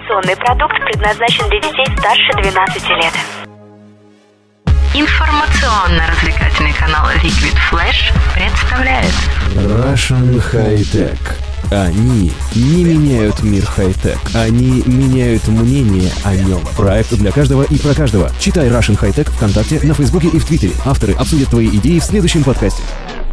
Информационный продукт предназначен для детей старше 12 лет. Информационно-развлекательный канал Liquid Flash представляет Russian High-Tech. Они не меняют мир хай-тек. Они меняют мнение о нем. Проект для каждого и про каждого. Читай Russian High-Tech ВКонтакте, на Фейсбуке и в Твиттере. Авторы обсудят твои идеи в следующем подкасте.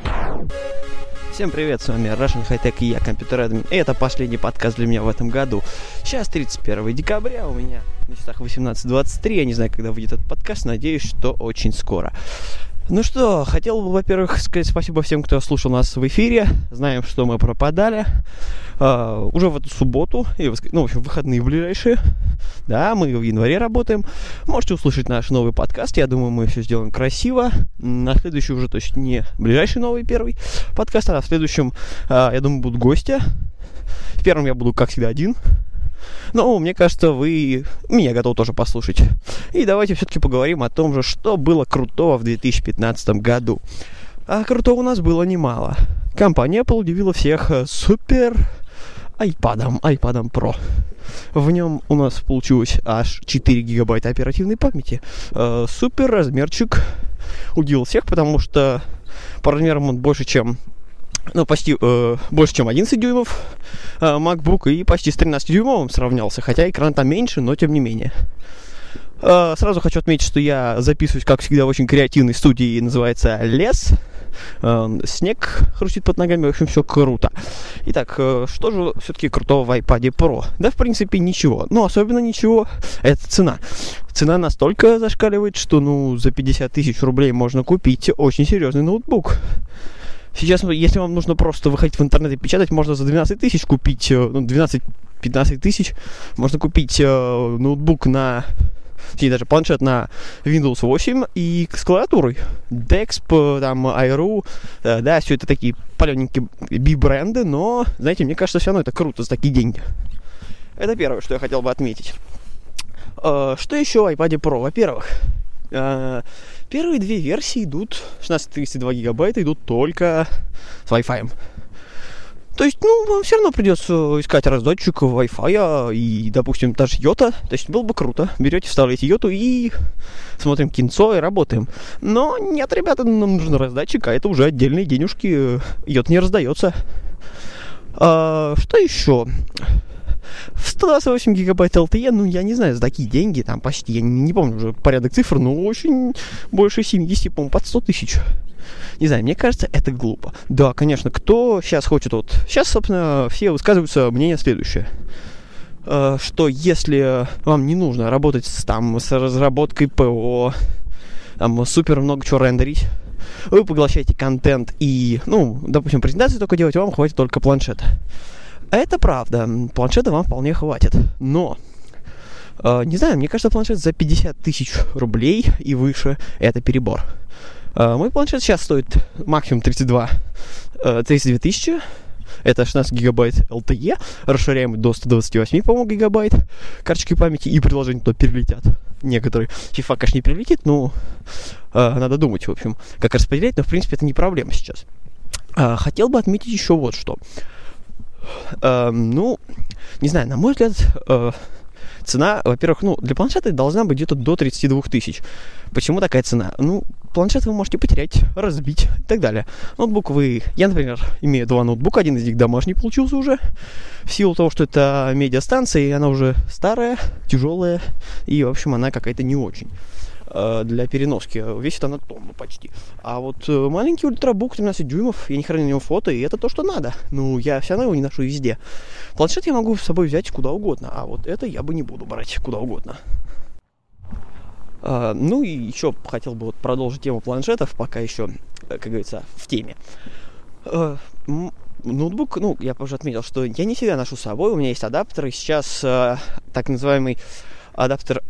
Всем привет, с вами Russian High-Tech и я, компьютер-админ. И это последний подкаст для меня в этом году. Сейчас 31 декабря, у меня на часах 18:23. Я не знаю, когда выйдет этот подкаст, надеюсь, что очень скоро. Ну что, хотел бы, во-первых, сказать спасибо всем, кто слушал нас в эфире. Знаем, что мы пропадали. Уже в эту субботу, в общем, выходные ближайшие. Да, мы в январе работаем. Можете услышать наш новый подкаст. Я думаю, мы все сделаем красиво. На следующий уже, то есть не ближайший новый первый подкаст, а в следующем, я думаю, будут гости. В первом я буду, как всегда, один. Но мне кажется, вы меня готовы тоже послушать. И давайте все-таки поговорим о том же, что было крутого в 2015 году. А крутого у нас было немало. Компания Apple удивила всех супер iPad Pro. В нем у нас получилось аж 4 гигабайта оперативной памяти. Супер размерчик удивил всех, потому что по размерам он больше, чем... почти больше, чем 11 дюймов MacBook, и почти с 13-дюймовым сравнялся, хотя экран там меньше, но тем не менее. Сразу хочу отметить, что я записываюсь, как всегда, в очень креативной студии, называется «Лес». Снег хрустит под ногами, в общем, все круто. Итак, что же все-таки крутого в iPad Pro? Да, в принципе, ничего. Но особенно ничего — это цена. Цена настолько зашкаливает, что, за 50 тысяч рублей можно купить очень серьезный ноутбук. Сейчас, если вам нужно просто выходить в интернет и печатать, можно за 12 тысяч купить, 12-15 тысяч, можно купить ноутбук даже планшет на Windows 8 и с клавиатурой. Dexp, там, iRoo, да, все это такие палененькие би-бренды, но, знаете, мне кажется, все равно это круто за такие деньги. Это первое, что я хотел бы отметить. Что еще в iPad Pro? Во-первых, первые две версии идут, 16-32 гигабайта, идут только с Wi-Fi. То есть, вам все равно придется искать раздатчик Wi-Fi и, допустим, даже йота. То есть, было бы круто. Берете, вставляете йоту и смотрим кинцо и работаем. Но нет, ребята, нам нужен раздатчик, а это уже отдельные денежки. Йот не раздается. Что еще? В 128 гигабайт LTE, я не знаю, за такие деньги, там почти, я не помню уже порядок цифр, но очень больше 70, по-моему, под 100 тысяч. Не знаю, мне кажется, это глупо. Да, конечно, кто сейчас хочет, сейчас, собственно, все высказываются мнение следующее. Что если вам не нужно работать с разработкой ПО, супер много чего рендерить, вы поглощаете контент и, допустим, презентации только делать, вам хватит только планшета. Это правда, планшета вам вполне хватит, но, не знаю, мне кажется, планшет за 50 тысяч рублей и выше – это перебор. Мой планшет сейчас стоит максимум 32 тысячи, это 16 гигабайт LTE, расширяемый до 128, по-моему, гигабайт карточки памяти, и приложения туда перелетят. Некоторые. FIFA, конечно, не перелетит, но надо думать, в общем, как распределять, но, в принципе, это не проблема сейчас. Хотел бы отметить еще вот что. Не знаю, на мой взгляд, цена, во-первых, для планшета должна быть где-то до 32 тысяч. Почему такая цена? Планшет вы можете потерять, разбить и так далее. Ноутбук я, например, имею два ноутбука, один из них домашний получился уже, в силу того, что это медиастанция, и она уже старая, тяжелая, и, в общем, она какая-то не очень для переноски. Весит она тонну почти. А вот маленький ультрабук 13 дюймов, я не храню на него фото, и это то, что надо. Я все равно его не ношу везде. Планшет я могу с собой взять куда угодно, а вот это я бы не буду брать куда угодно. И еще хотел бы продолжить тему планшетов, пока еще, как говорится, в теме. Ноутбук, я уже отметил, что я не всегда ношу с собой, у меня есть адаптеры. Сейчас так называемый адаптер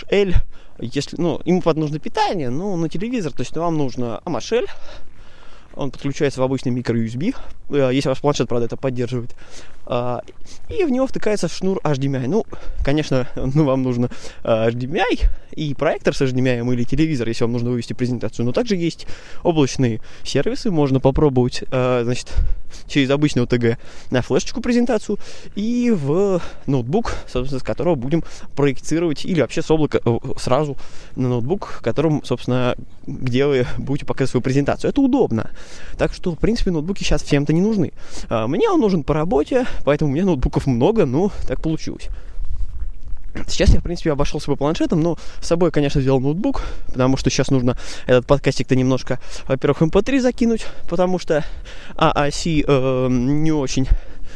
MHL, если, ему нужно питание, на телевизор, то есть вам нужно MHL, Он подключается в обычный микро-USB, если ваш планшет, правда, это поддерживает. И в него втыкается шнур HDMI. Ну, конечно, вам нужно HDMI и проектор с HDMI или телевизор, если вам нужно вывести презентацию. Но также есть облачные сервисы. Можно попробовать, через обычный OTG на флешечку презентацию и в ноутбук, собственно, с которого будем проектировать, или вообще с облака сразу на ноутбук, которым, собственно, где вы будете показывать свою презентацию. Это удобно. Так что, в принципе, ноутбуки сейчас всем-то не нужны. Мне он нужен по работе, поэтому у меня ноутбуков много, но так получилось. Сейчас я, в принципе, обошелся по планшетам, но с собой, конечно, взял ноутбук, потому что сейчас нужно этот подкастик-то немножко, во-первых, MP3 закинуть, потому что AAC не очень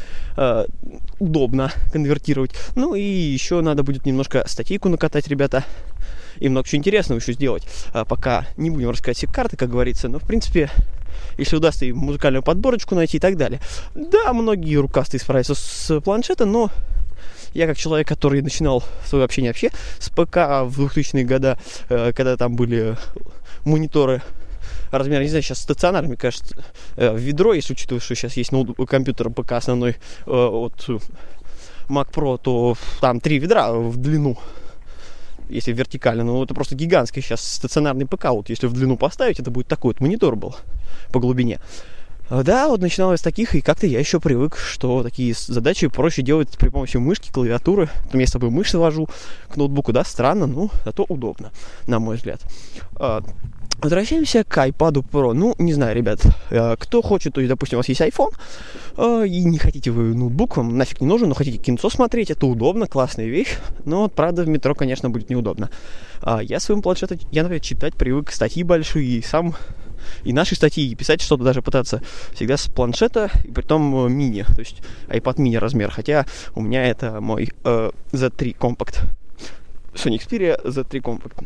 удобно конвертировать. Ну и еще надо будет немножко статейку накатать, ребята, и много чего интересного еще сделать. Пока не будем рассказать все карты, как говорится, но, в принципе, если удастся и музыкальную подборочку найти и так далее. Да, многие рукастые справятся с планшета, но я, как человек, который начинал свое общение вообще с ПК в 2000-е годы, когда там были мониторы размера, не знаю, сейчас стационарный, мне кажется, в ведро, если учитывать, что сейчас есть компьютер ПК основной от Mac Pro, то там 3 ведра в длину, если вертикально, ну это просто гигантский сейчас стационарный ПК, вот если в длину поставить, это будет такой вот монитор был по глубине. Да, вот начинал я с таких, и как-то я еще привык, что такие задачи проще делать при помощи мышки, клавиатуры. Потом я с собой мышь завожу к ноутбуку, да, странно, но зато удобно, на мой взгляд. Возвращаемся к iPad Pro. Ну, не знаю, ребят, кто хочет, то есть, допустим, у вас есть iPhone, и не хотите вы ноутбук, вам нафиг не нужен, но хотите кинцо смотреть, это удобно, классная вещь, но, правда, в метро, конечно, будет неудобно. Я своим планшетом, например, читать привык статьи большие, и наши статьи, и писать что-то, даже пытаться всегда с планшета, и притом мини, то есть iPad mini размер, хотя у меня это мой Z3 Compact, Sony Xperia Z3 Compact.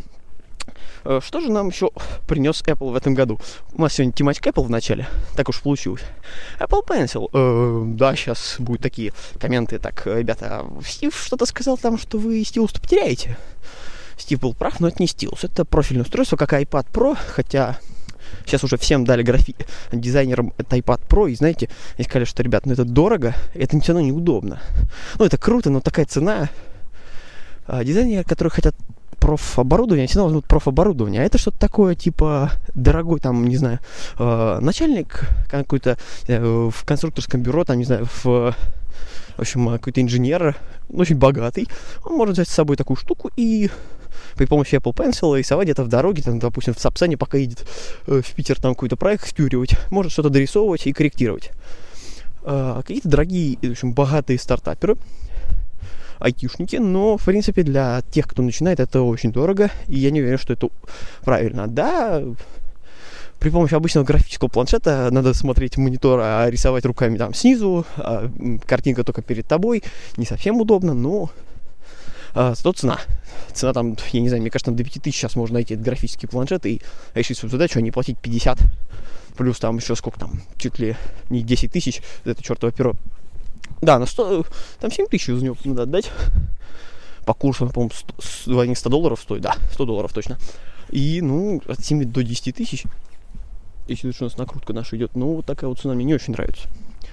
Что же нам еще принес Apple в этом году? У нас сегодня тематика Apple в начале, так уж получилось. Apple Pencil. Да, сейчас будут такие комменты, так, ребята, Стив что-то сказал там, что вы стилус потеряете. Стив был прав, но это не стилус, это профильное устройство, как iPad Pro, хотя сейчас уже всем дали дизайнерам это iPad Pro, и знаете, они сказали, что, ребят, ну это дорого, это все равно неудобно. Ну это круто, но такая цена. Дизайнеры, которые хотят профоборудование, все равно возьмут профоборудование, а это что-то такое, типа, дорогой, там, не знаю, начальник какой-то в конструкторском бюро, там, не знаю, в общем, какой-то инженер, очень богатый, он может взять с собой такую штуку и при помощи Apple Pencil рисовать где-то в дороге, там, допустим, в Сапсане, пока едет в Питер там какой-то проект втюривать, может что-то дорисовывать и корректировать. Какие-то дорогие, в общем, богатые стартаперы, айтишники, но, в принципе, для тех, кто начинает, это очень дорого, и я не уверен, что это правильно. Да, при помощи обычного графического планшета надо смотреть монитор, а рисовать руками там снизу, картинка только перед тобой, не совсем удобно, но зато цена. Цена там, я не знаю, мне кажется, до 5000 сейчас можно найти этот графический планшет и решить свою задачу, а не платить 50, плюс там еще сколько там, чуть ли не 10 тысяч за это чертово перо. Да, на 100, там 7 тысяч за него надо отдать. По курсу, по-моему, $100 стоит. Да, $100 точно. И, ну, от 7 до 10 тысяч. Если лучше у нас накрутка наша идет. Ну, вот такая вот цена мне не очень нравится.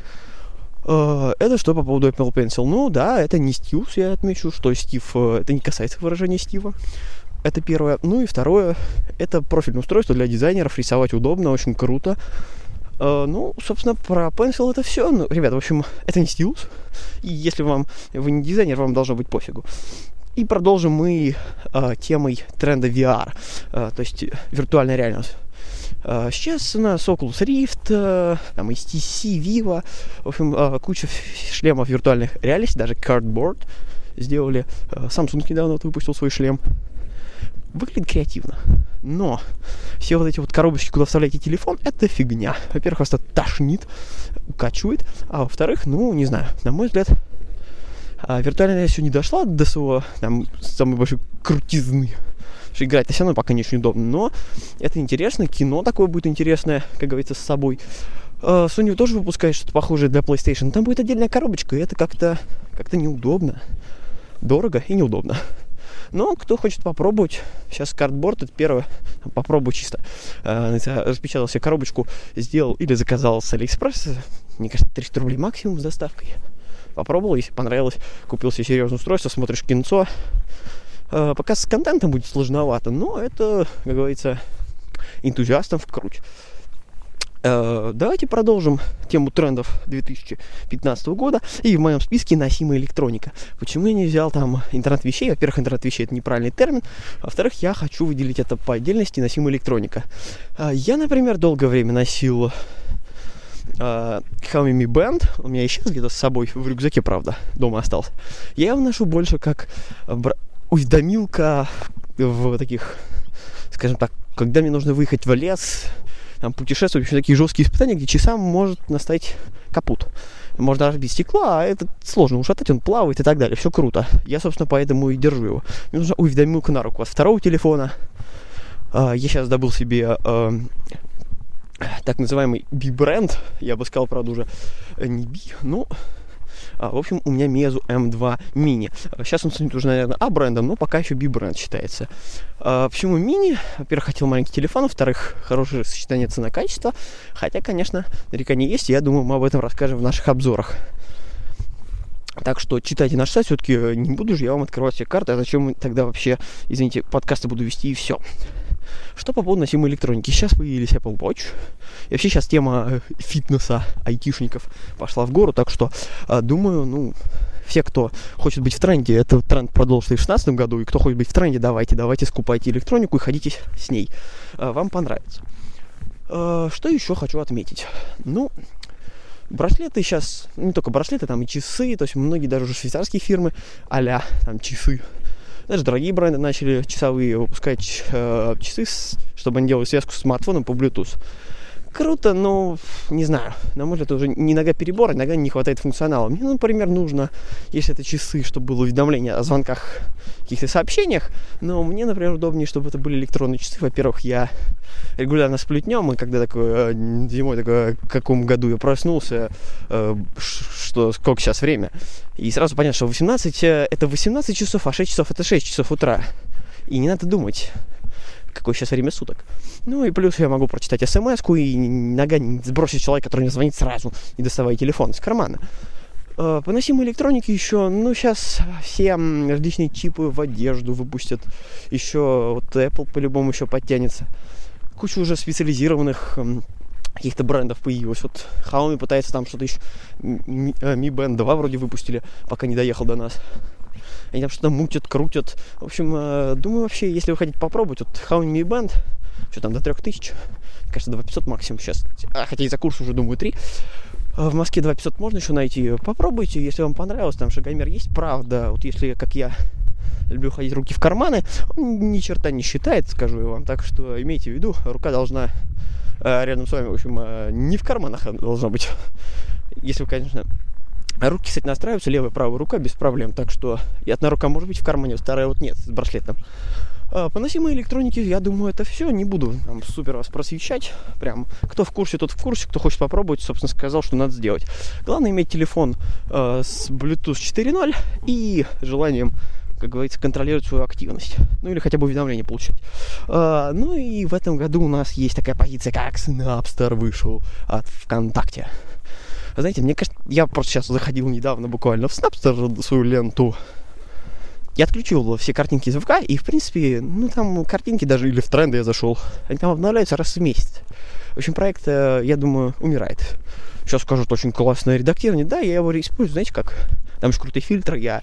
Это что по поводу Apple Pencil? Ну, да, это не стилус, я отмечу, что Стив... Это не касается выражения Стива. Это первое. Ну и второе, это профильное устройство для дизайнеров. Рисовать удобно, очень круто. Ну, собственно, про Pencil это все. Ну, ребята, в общем, это не стилус. И если вы не дизайнер, вам должно быть пофигу. И продолжим мы темой тренда VR, то есть виртуальная реальность. Сейчас у нас Oculus Rift, там HTC, Vivo, в общем, куча шлемов виртуальных реальностей, даже Cardboard сделали. Samsung недавно выпустил свой шлем. Выглядит креативно, но все вот эти вот коробочки, куда вставляете телефон, это фигня. Во-первых, вас это тошнит, укачивает, а во-вторых, ну, не знаю, на мой взгляд, виртуальная реальность еще не дошла до своего там самой большой крутизны, что играть-то все равно пока не очень удобно, но это интересно, кино такое будет интересное, как говорится, с собой. Sony тоже выпускает что-то похожее для PlayStation, там будет отдельная коробочка, и это как-то неудобно, дорого и неудобно. Но кто хочет попробовать, сейчас картборд, это первое, попробую чисто. Распечатал себе коробочку, сделал или заказал с Алиэкспресса, мне кажется, 300 рублей максимум с доставкой. Попробовал, если понравилось, купил себе серьезное устройство, смотришь кинцо. Пока с контентом будет сложновато, но это, как говорится, энтузиастам в круть. Давайте продолжим тему трендов 2015 года. И в моем списке носимая электроника. Почему я не взял там интернет вещей? Во-первых, интернет вещей — это неправильный термин. Во-вторых, я хочу выделить это по отдельности, носимая электроника. Я, например, долгое время носил Xiaomi Mi Band. У меня сейчас где-то с собой в рюкзаке, правда, дома остался. Я его ношу больше как уведомилка в таких, скажем так, когда мне нужно выехать в лес, там, путешествовать, еще такие жесткие испытания, где часам может настоять капут. Можно разбить стекло, а это сложно ушатать, он плавает и так далее. Все круто. Я, собственно, поэтому и держу его. Мне нужна уведомилка на руку от второго телефона. Я сейчас добыл себе так называемый B-бренд. Я бы сказал, правда, уже не B, но... в общем, у меня Meizu M2 Mini. Сейчас он станет уже, наверное, A-брендом, но пока еще B-бренд считается. Почему Mini? Во-первых, хотел маленький телефон, во-вторых, хорошее сочетание цена-качество. Хотя, конечно, нарекания есть, и я думаю, мы об этом расскажем в наших обзорах. Так что читайте наш сайт, все-таки не буду же я вам открывать все карты, а зачем тогда вообще, извините, подкасты буду вести и все. Что по поводу носимой электроники? Сейчас появились Apple Watch. И вообще сейчас тема фитнеса айтишников пошла в гору, так что думаю, все, кто хочет быть в тренде, этот тренд продолжится и в 2016 году, и кто хочет быть в тренде, давайте скупайте электронику и ходите с ней. Вам понравится. Что еще хочу отметить? Браслеты сейчас, не только браслеты, там и часы, то есть многие даже уже швейцарские фирмы а-ля там часы. Даже дорогие бренды начали часовые выпускать часы, чтобы они делали связку с смартфоном по Bluetooth. Круто, но не знаю. На мой взгляд, это уже иногда перебор, иногда не хватает функционала. Мне, например, нужно, если это часы, чтобы было уведомление о звонках, каких-то сообщениях. Но мне, например, удобнее, чтобы это были электронные часы. Во-первых, я регулярно сплю днем, и когда такой зимой, в каком году я проснулся, сколько сейчас время. И сразу понятно, что 18 это 18 часов, а 6 часов это 6 часов утра. И не надо думать, какое сейчас время суток. И плюс я могу прочитать смс-ку и нога не сбросить человека, который мне звонит сразу, не доставая телефон из кармана. По носимой электронике еще, сейчас все различные чипы в одежду выпустят. Еще вот Apple по-любому еще подтянется. Куча уже специализированных каких-то брендов появилось. Вот Xiaomi пытается там что-то еще. Mi Band 2 вроде выпустили, пока не доехал до нас. Они там что-то мутят, крутят. В общем, думаю, вообще, если вы хотите попробовать, вот Xiaomi Mi Band, что там, до 3000, кажется, 2500 максимум сейчас. Хотя и за курс уже, думаю, 3. В Москве 2500 можно еще найти. Попробуйте, если вам понравилось, там шагомер есть, правда. Вот если, как я, люблю ходить руки в карманы, он ни черта не считает, скажу я вам. Так что имейте в виду, рука должна рядом с вами, в общем, не в карманах должна быть. Если вы, конечно... руки, кстати, настраиваются, левая и правая рука без проблем. Так что и одна рука может быть в кармане, вторая вот нет, с браслетом. По носимой электронике, я думаю, это все. Не буду там супер вас просвещать. Прям кто в курсе, тот в курсе. Кто хочет попробовать, собственно, сказал, что надо сделать. Главное иметь телефон с Bluetooth 4.0 и желанием, как говорится, контролировать свою активность. Или хотя бы уведомления получать. И в этом году у нас есть такая позиция, как Snapster вышел от ВКонтакте. Знаете, мне кажется, я просто сейчас заходил недавно буквально в Snapster, свою ленту. Я отключил все картинки из ВК, и, в принципе, там картинки даже, или в тренды я зашел, они там обновляются раз в месяц. В общем, проект, я думаю, умирает. Сейчас скажут, очень классное редактирование. Да, я его использую, знаете как? Там же крутые фильтры, я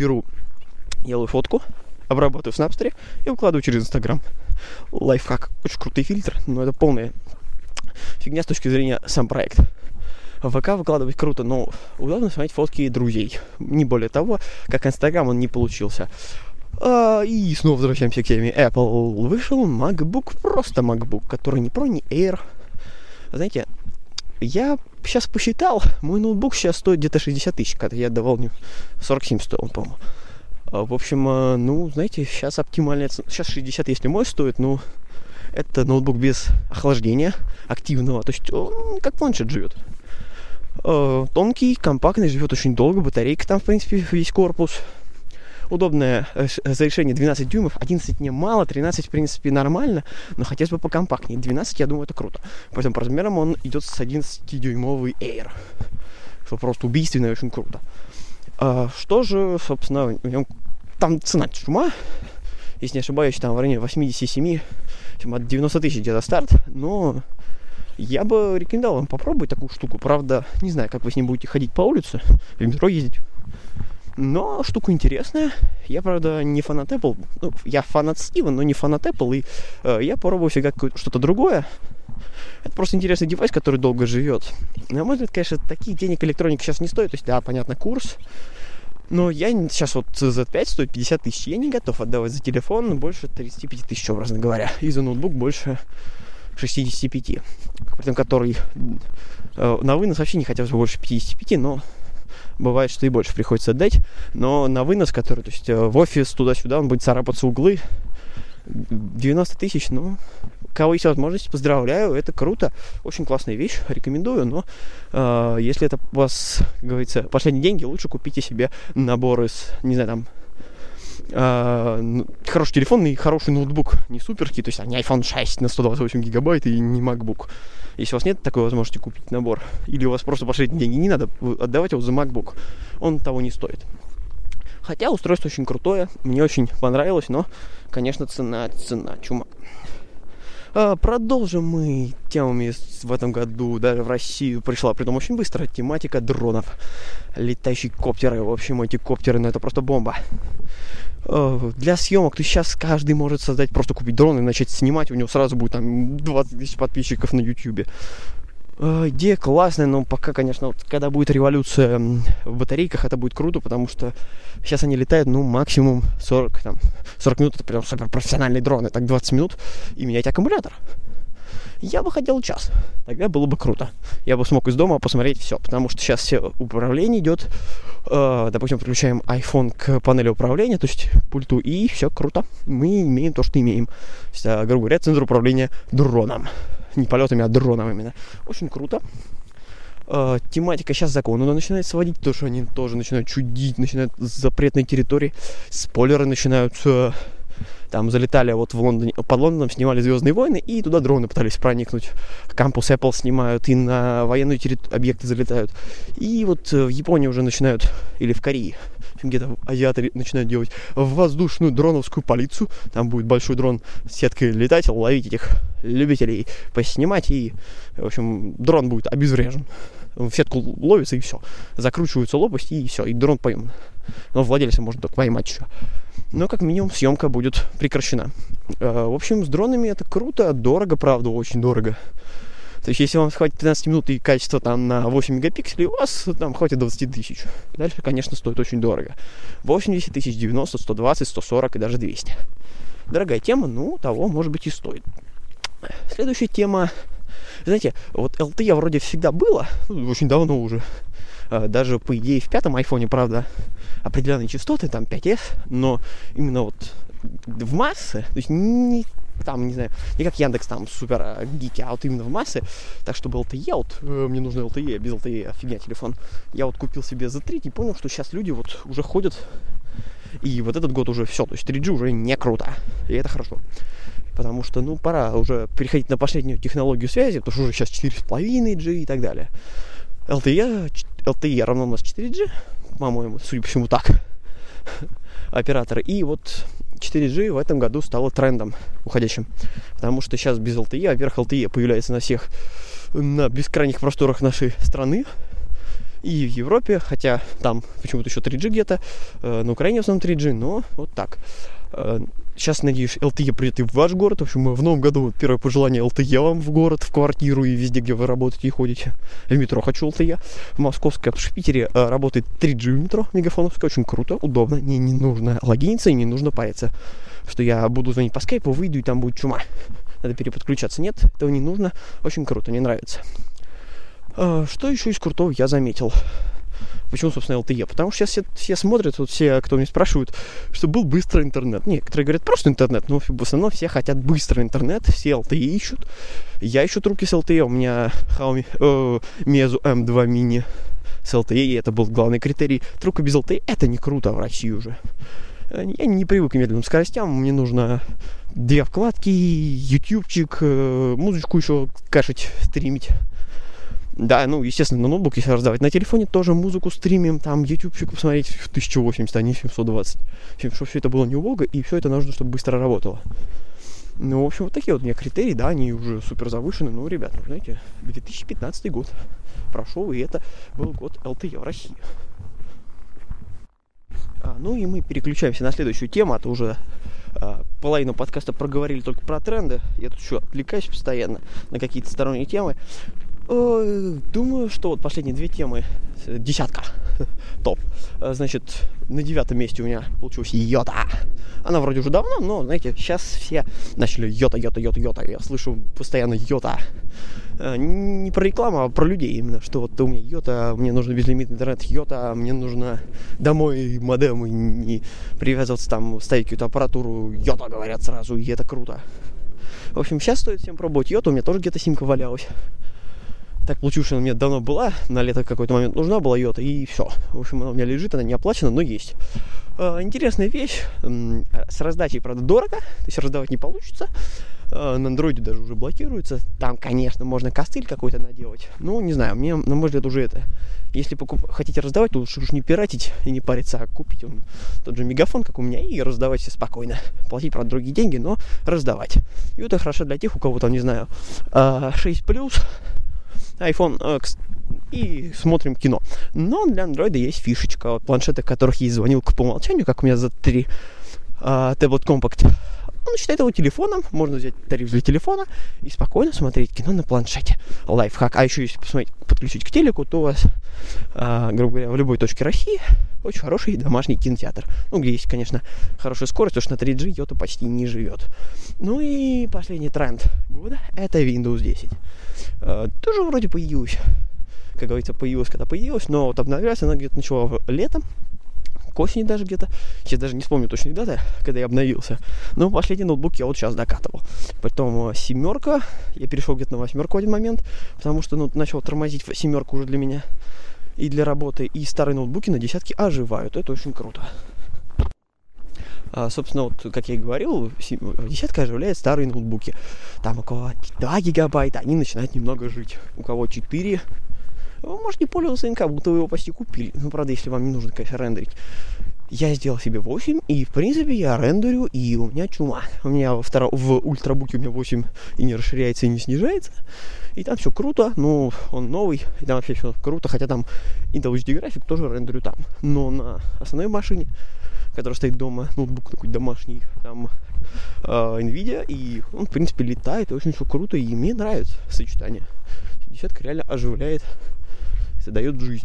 делаю фотку, обрабатываю в Snapster и выкладываю через Instagram. Лайфхак, очень крутый фильтр, но это полная фигня с точки зрения сам проект. В ВК выкладывать круто, но удобно смотреть фотки друзей. Не более того, как Инстаграм он не получился. И снова возвращаемся к теме. Apple вышел MacBook, просто MacBook, который не Pro, не Air. Знаете, я сейчас посчитал, мой ноутбук сейчас стоит где-то 60 тысяч, когда я отдавал 47 стоил, по-моему. В общем, знаете, сейчас оптимальная цена. Сейчас 60, если мой стоит, это ноутбук без охлаждения активного. То есть он как планшет живет. Тонкий, компактный, живет очень долго, батарейка там, в принципе, весь корпус. удобное разрешение 12 дюймов, 11 мне мало, 13 в принципе нормально, но хотелось бы покомпактнее. 12, я думаю, это круто. Поэтому по размерам он идет с 11-дюймовый Air, что просто убийственно и очень круто. Что же, собственно, в нем там цена чума, если не ошибаюсь, там в районе 87, от 90 тысяч где-то старт, но я бы рекомендовал вам попробовать такую штуку. Правда, не знаю, как вы с ним будете ходить по улице, в метро ездить. Но штука интересная. Я, правда, не фанат Apple. Ну, я фанат Стива, но не фанат Apple. И я пробую всегда что-то другое. Это просто интересный девайс, который долго живет. На мой взгляд, конечно, таких денег электроника сейчас не стоит. То есть, да, понятно, курс. Но я сейчас вот Z5 стоит 50 тысяч. Я не готов отдавать за телефон больше 35 тысяч, образно говоря. И за ноутбук больше 65. При этом, который на вынос вообще не хотелось бы больше 55, но бывает, что и больше приходится отдать. Но на вынос, который, то есть в офис туда-сюда, он будет царапаться углы. 90 тысяч, ну, кого есть возможность, поздравляю, это круто, очень классная вещь, рекомендую, но если это у вас, как говорится, последние деньги, лучше купите себе набор из, не знаю, там, хороший телефон и хороший ноутбук, не суперский, то есть не iPhone 6 на 128 гигабайт и не MacBook. Если у вас нет такой возможности купить набор, или у вас просто последние деньги, не надо отдавать его за MacBook, он того не стоит. Хотя устройство очень крутое, мне очень понравилось, но, конечно, цена чума. Продолжим мы темами в этом году. Даже в Россию пришла, притом очень быстро, тематика дронов. Летающие коптеры. В общем, эти коптеры, ну это просто бомба. Для съемок, то сейчас каждый может создать, просто купить дрон и начать снимать. У него сразу будет там 20 тысяч подписчиков на YouTube. Идея классная, но пока, конечно, вот, когда будет революция в батарейках, это будет круто, потому что сейчас они летают, ну, максимум 40 минут, это прям суперпрофессиональный дрон, и так 20 минут, и менять аккумулятор. Я бы хотел час, тогда было бы круто. Я бы смог из дома посмотреть все, потому что сейчас все управление идет, допустим, подключаем iPhone к панели управления, то есть к пульту, и все круто. Мы имеем то, что имеем. То есть, грубо говоря, центр управления дроном. Не полетами, а дроном именно. Очень круто. Тематика сейчас законно начинает сводить, потому что они тоже начинают чудить, начинают с запретной территории. Спойлеры начинают... Там залетали вот в Лондоне, под Лондоном снимали «Звездные войны», и туда дроны пытались проникнуть. Кампус Apple снимают, и на военные объекты залетают. И вот в Японии уже начинают, или в Корее, где-то азиаты начинают делать воздушную дроновскую полицию. Там будет большой дрон с сеткой летать, ловить этих любителей, поснимать, и, в общем, дрон будет обезврежен. В сетку ловится, и все. Закручиваются лопасти, и все, и дрон пойман. Но владельца можно только поймать еще. Но, как минимум, съемка будет прекращена. В общем, с дронами это круто, дорого, правда, очень дорого. То есть, если вам хватит 15 минут и качество там на 8 мегапикселей, у вас там хватит 20 тысяч. Дальше, конечно, стоит очень дорого. 80 тысяч, 90, 120, 140 и даже 200. Дорогая тема, ну, того, может быть, и стоит. Следующая тема. Знаете, вот LTE вроде всегда было, очень давно уже. Даже, по идее, в пятом айфоне, правда, определенные частоты, там 5S, но именно вот в массы, то есть не там, не знаю, не как Яндекс, там, супер гики, а вот именно в массы, так, чтобы LTE, вот, мне нужно LTE, без LTE фигня телефон, я вот купил себе Z3 и понял, что сейчас люди вот уже ходят, и вот этот год уже все, то есть 3G уже не круто, и это хорошо. Потому что, ну, пора уже переходить на последнюю технологию связи, потому что уже сейчас 4,5G и так далее. LTE равно у нас 4G, по-моему, судя по всему, так. Операторы. И вот 4G в этом году стало трендом уходящим. Потому что сейчас без LTE, во-первых, LTE появляется на бескрайних просторах нашей страны. И в Европе, хотя там почему-то еще 3G где-то, на Украине в основном 3G, но вот так. Сейчас, надеюсь, LTE придет и в ваш город. В общем, в новом году первое пожелание LTE вам в город, в квартиру и везде, где вы работаете и ходите. В метро хочу LTE. В Московской, потому что в Питере работает 3G в метро, мегафоновская. Очень круто, удобно. Мне не нужно логиниться и не нужно париться, что я буду звонить по скайпу, выйду и там будет чума. Надо переподключаться. Нет, этого не нужно. Очень круто, мне нравится. Что еще из крутого я заметил? Почему, собственно, LTE? Потому что сейчас все смотрят, вот все, кто меня спрашивают, что был быстрый интернет. Некоторые говорят просто интернет, но в основном все хотят быстрый интернет, все LTE ищут. Я ищу трубки с LTE, у меня Xiaomi Meizu M2 Mini с LTE, и это был главный критерий. Трубка без LTE — это не круто в России уже. Я не привык к медленным скоростям, мне нужно 2 вкладки, ютубчик, музычку еще кашить, стримить. Да, ну, естественно, на ноутбуке если раздавать. На телефоне тоже музыку стримим, там ютубчик посмотреть в 1080, а не 720. Чтобы все это было не убого, и все это нужно, чтобы быстро работало. Ну, в общем, вот такие вот у меня критерии, да, они уже супер завышены. Ну, ребята, знаете, 2015 год прошел, и это был год LTE в России. Ну и мы переключаемся на следующую тему, а то уже половину подкаста проговорили только про тренды. Я тут еще отвлекаюсь постоянно на какие-то сторонние темы. Думаю, что вот последние 2 темы, десятка, топ. Значит, на 9-м месте у меня получилась Йота. Она вроде уже давно, но, знаете, сейчас все начали Йота. Я слышу постоянно Йота. Не про рекламу, а про людей именно. Что вот у меня Йота, мне нужен безлимитный интернет Йота, мне нужно домой модем и не привязываться там, ставить какую-то аппаратуру. Йота, говорят сразу, и это круто. В общем, сейчас стоит всем пробовать Йоту. У меня тоже где-то симка валялась. Так получилось, что она у меня давно была, на лето в какой-то момент нужна была Йота, и все. В общем, она у меня лежит, она не оплачена, но есть. Интересная вещь, с раздачей, правда, дорого, то есть раздавать не получится. На андроиде даже уже блокируется. Там, конечно, можно костыль какой-то наделать. Ну, не знаю, мне, на мой взгляд, уже это. Если хотите раздавать, то лучше уж не пиратить и не париться, а купить тот же мегафон, как у меня, и раздавать все спокойно. Платить, правда, другие деньги, но раздавать. И это хорошо для тех, у кого там, не знаю, 6+, iPhone и смотрим кино. Но для андроида есть фишечка. Планшеты, в которых есть звонилка по умолчанию, как у меня Z3 Tablet Compact. Он считает его телефоном. Можно взять тариф для телефона и спокойно смотреть кино на планшете. Лайфхак. А еще если подключить к телеку, то у вас, грубо говоря, в любой точке России очень хороший домашний кинотеатр. Ну, где есть, конечно, хорошая скорость, потому что на 3G Йота почти не живет. Ну и последний тренд года — это Windows 10. Тоже вроде появилась. Как говорится, появилась, когда появилась, но вот обновлялась она где-то начала летом, к осени даже где-то. Сейчас даже не вспомню точные даты, когда я обновился. Но последний ноутбук я вот сейчас докатывал. Потом 7, я перешел где-то на 8 в один момент, потому что начал тормозить 7 уже для меня и для работы. И старые ноутбуки на 10 оживают. Это очень круто. Собственно, вот, как я и говорил, 10 оживляет старые ноутбуки. Там около 2 гигабайта, они начинают немного жить. У кого 4, может, не пользовался им, как будто вы его почти купили. Ну, правда, если вам не нужно, конечно, рендерить. Я сделал себе 8, и, в принципе, я рендерю, и у меня чума. У меня в ультрабуке у меня 8 и не расширяется, и не снижается. И там все круто, ну, он новый, и там вообще все круто. Хотя там Intel HD график тоже рендерю там. Но на основной машине, который стоит дома, ноутбук такой домашний, там NVIDIA, и он, в принципе, летает, и очень все круто, и мне нравится сочетание. 10 реально оживляет, задает жизнь.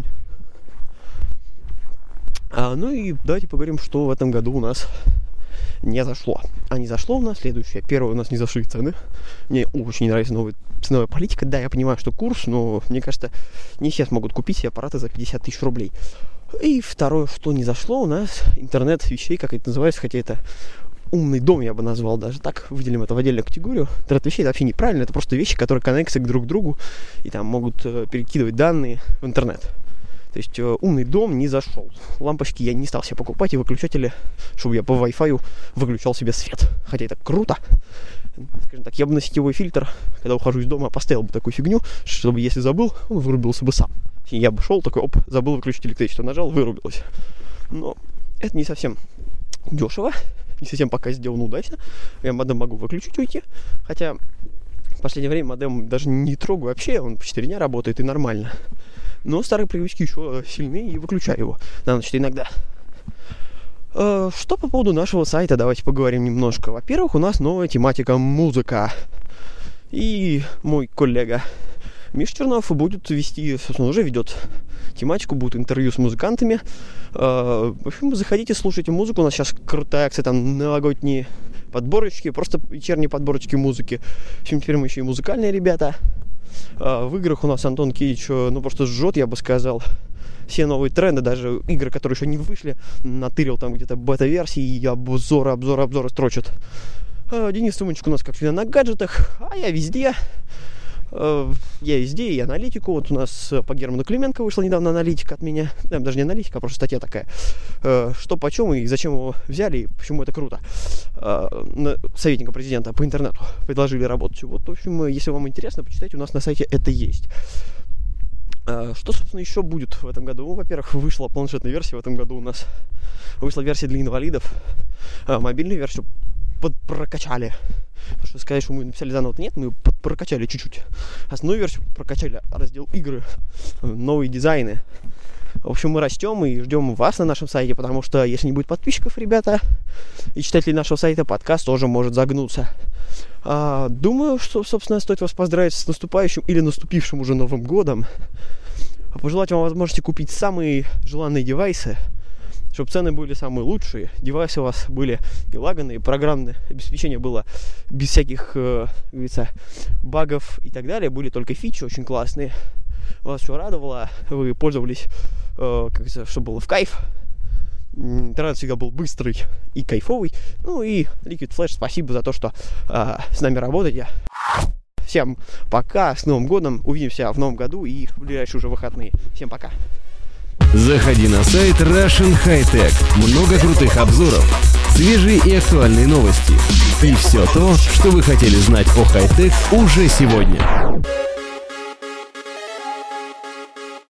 Ну и давайте поговорим, что в этом году у нас не зашло. А не зашло у нас следующее. Первое, у нас не зашли цены. Мне очень не нравится новая ценовая политика. Да, я понимаю, что курс, но мне кажется, не все смогут купить себе аппараты за 50 тысяч рублей. И второе, что не зашло, у нас интернет вещей, как это называется, хотя это умный дом, я бы назвал даже так, выделим это в отдельную категорию. Интернет вещей — это вообще неправильно, это просто вещи, которые коннектятся друг к другу и там могут перекидывать данные в интернет. То есть умный дом не зашел. Лампочки я не стал себе покупать, и выключатели, чтобы я по Wi-Fi выключал себе свет. Хотя это круто. Скажем так, я бы на сетевой фильтр, когда ухожу из дома, поставил бы такую фигню, чтобы, если забыл, он вырубился бы сам. И я бы шел такой, оп, забыл выключить электричество, нажал, вырубилось. Но это не совсем дешево, не совсем пока сделано удачно. Я модем могу выключить, уйти. Хотя в последнее время модем даже не трогаю вообще, он по 4 дня работает и нормально. Но старые привычки еще сильнее, и выключаю его на ночь иногда. Что по поводу нашего сайта, давайте поговорим немножко. Во-первых, у нас новая тематика — музыка. И мой коллега Миша Чернов будет вести, собственно, уже ведет тематику, будут интервью с музыкантами. В общем, заходите, слушайте музыку. У нас сейчас крутая акция, там новогодние подборочки, просто вечерние подборочки музыки. В общем, теперь мы еще и музыкальные ребята. В играх у нас Антон Кидич, просто жжет, я бы сказал. Все новые тренды, даже игры, которые еще не вышли, натырил там где-то бета-версии, и обзоры строчат. Денис Туманчик у нас как всегда на гаджетах, а я везде. Я везде, и аналитику. Вот у нас по Герману Клименко вышла недавно аналитика от меня. Даже не аналитика, а просто статья такая. Что почем и зачем его взяли, и почему это круто. Советника президента по интернету предложили работать. Вот, в общем, если вам интересно, почитайте, у нас на сайте это есть. Что, собственно, еще будет в этом году? Во-первых, вышла планшетная версия. В этом году у нас вышла версия для инвалидов. Мобильную версию прокачали. Потому что сказать, что мы написали заново, нет, мы прокачали чуть-чуть. Основную версию прокачали, раздел игры, новые дизайны. В общем, мы растем и ждем вас на нашем сайте, потому что если не будет подписчиков, ребята, и читателей нашего сайта, подкаст тоже может загнуться. Думаю, что, собственно, стоит вас поздравить с наступающим или наступившим уже Новым годом. Пожелать вам возможности купить самые желанные девайсы, чтобы цены были самые лучшие, девайсы у вас были не лаганные, программное обеспечение было без всяких, багов и так далее, были только фичи очень классные. Вас все радовало, вы пользовались, чтобы было в кайф. Интернет всегда был быстрый и кайфовый. Ну и Liquid Flash, спасибо за то, что с нами работаете. Всем пока, с Новым годом, увидимся в Новом году и в ближайшие уже выходные. Всем пока. Заходи на сайт Russian High-Tech. Много крутых обзоров, свежие и актуальные новости. И все то, что вы хотели знать о хай-тек уже сегодня.